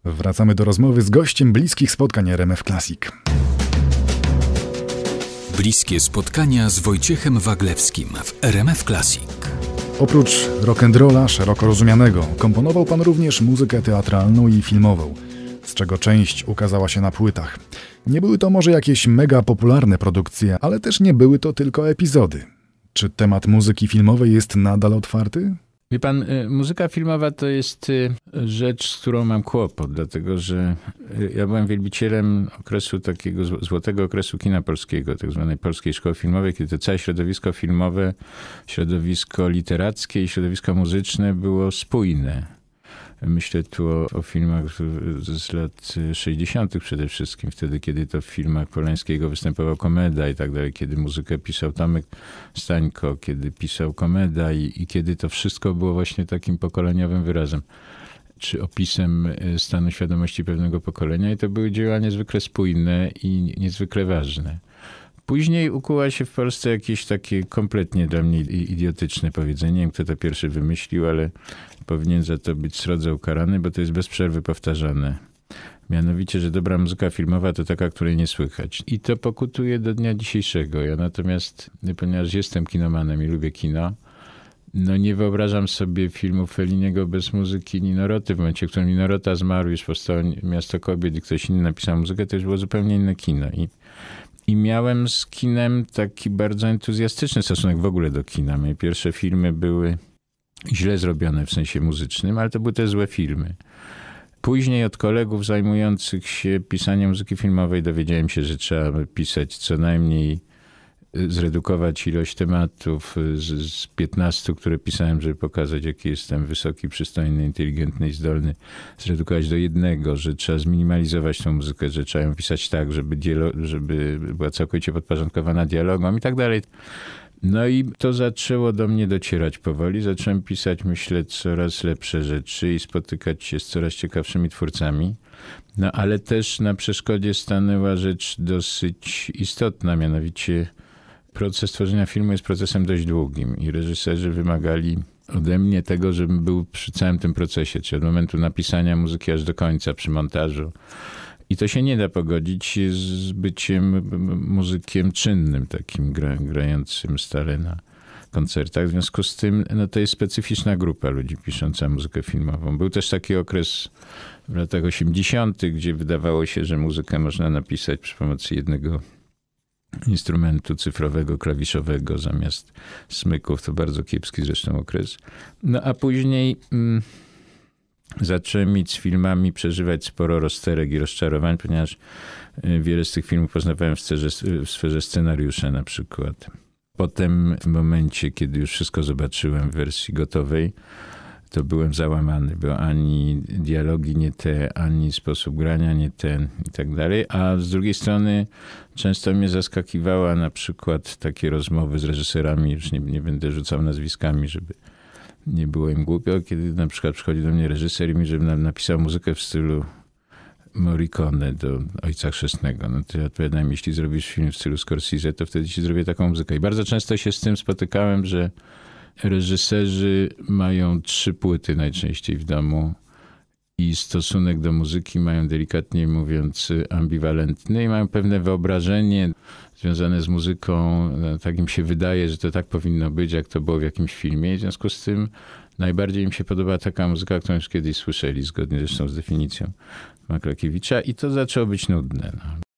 Wracamy do rozmowy z gościem bliskich spotkań RMF Classic. Bliskie spotkania z Wojciechem Waglewskim w RMF Classic. Oprócz rock'n'rolla szeroko rozumianego, komponował pan również muzykę teatralną i filmową, z czego część ukazała się na płytach. Nie były to może jakieś mega popularne produkcje, ale też nie były to tylko epizody. Czy temat muzyki filmowej jest nadal otwarty? Wie pan, muzyka filmowa to jest rzecz, z którą mam kłopot, dlatego że ja byłem wielbicielem okresu takiego złotego okresu kina polskiego, tak zwanej Polskiej Szkoły Filmowej, kiedy to całe środowisko filmowe, środowisko literackie i środowisko muzyczne było spójne. Myślę tu o filmach z lat 60. przede wszystkim, wtedy, kiedy to w filmach Polańskiego występował Komeda i tak dalej, kiedy muzykę pisał Tomek Stańko, kiedy pisał Komeda i kiedy to wszystko było właśnie takim pokoleniowym wyrazem, czy opisem stanu świadomości pewnego pokolenia i to były dzieła niezwykle spójne i niezwykle ważne. Później ukuła się w Polsce jakieś takie kompletnie dla mnie idiotyczne powiedzenie. Nie wiem, kto to pierwszy wymyślił, ale powinien za to być srodze ukarany, bo to jest bez przerwy powtarzane. Mianowicie, że dobra muzyka filmowa to taka, której nie słychać. I to pokutuje do dnia dzisiejszego. Ja natomiast, ponieważ jestem kinomanem i lubię kino, nie wyobrażam sobie filmu Felliniego bez muzyki Nino Roty. W momencie, w którym Nino Rota zmarł, już powstało Miasto Kobiet i ktoś inny napisał muzykę, to już było zupełnie inne kino. I miałem z kinem taki bardzo entuzjastyczny stosunek w ogóle do kina. Moje pierwsze filmy były źle zrobione w sensie muzycznym, ale to były te złe filmy. Później od kolegów zajmujących się pisaniem muzyki filmowej dowiedziałem się, że trzeba pisać co najmniej, zredukować ilość tematów z 15, które pisałem, żeby pokazać, jaki jestem wysoki, przystojny, inteligentny i zdolny, zredukować do jednego, że trzeba zminimalizować tą muzykę, że trzeba ją pisać tak, żeby była całkowicie podporządkowana dialogom i tak dalej. No i to zaczęło do mnie docierać powoli. Zacząłem pisać, myślę, coraz lepsze rzeczy i spotykać się z coraz ciekawszymi twórcami. Ale też na przeszkodzie stanęła rzecz dosyć istotna, mianowicie proces tworzenia filmu jest procesem dość długim i reżyserzy wymagali ode mnie tego, żebym był przy całym tym procesie, czyli od momentu napisania muzyki aż do końca, przy montażu. I to się nie da pogodzić z byciem muzykiem czynnym, takim grającym stale na koncertach. W związku z tym to jest specyficzna grupa ludzi pisząca muzykę filmową. Był też taki okres w latach 80., gdzie wydawało się, że muzykę można napisać przy pomocy jednego instrumentu cyfrowego, klawiszowego zamiast smyków. To bardzo kiepski zresztą okres. A później zacząłem mieć z filmami przeżywać sporo rozterek i rozczarowań, ponieważ wiele z tych filmów poznawałem w sferze scenariusza na przykład. Potem w momencie, kiedy już wszystko zobaczyłem w wersji gotowej, to byłem załamany, bo ani dialogi nie te, ani sposób grania nie ten i tak dalej. A z drugiej strony często mnie zaskakiwała na przykład takie rozmowy z reżyserami, już nie będę rzucał nazwiskami, żeby nie było im głupio, kiedy na przykład przychodzi do mnie reżyser i mi, żebym napisał muzykę w stylu Morricone do Ojca Chrzestnego. To ja odpowiadałem, jeśli zrobisz film w stylu Scorsese, to wtedy ci zrobię taką muzykę. I bardzo często się z tym spotykałem, że reżyserzy mają 3 płyty najczęściej w domu i stosunek do muzyki mają, delikatnie mówiąc, ambiwalentny i mają pewne wyobrażenie związane z muzyką. Tak im się wydaje, że to tak powinno być, jak to było w jakimś filmie. I w związku z tym najbardziej im się podoba taka muzyka, którą już kiedyś słyszeli, zgodnie zresztą z definicją Maklakiewicza, i to zaczęło być nudne.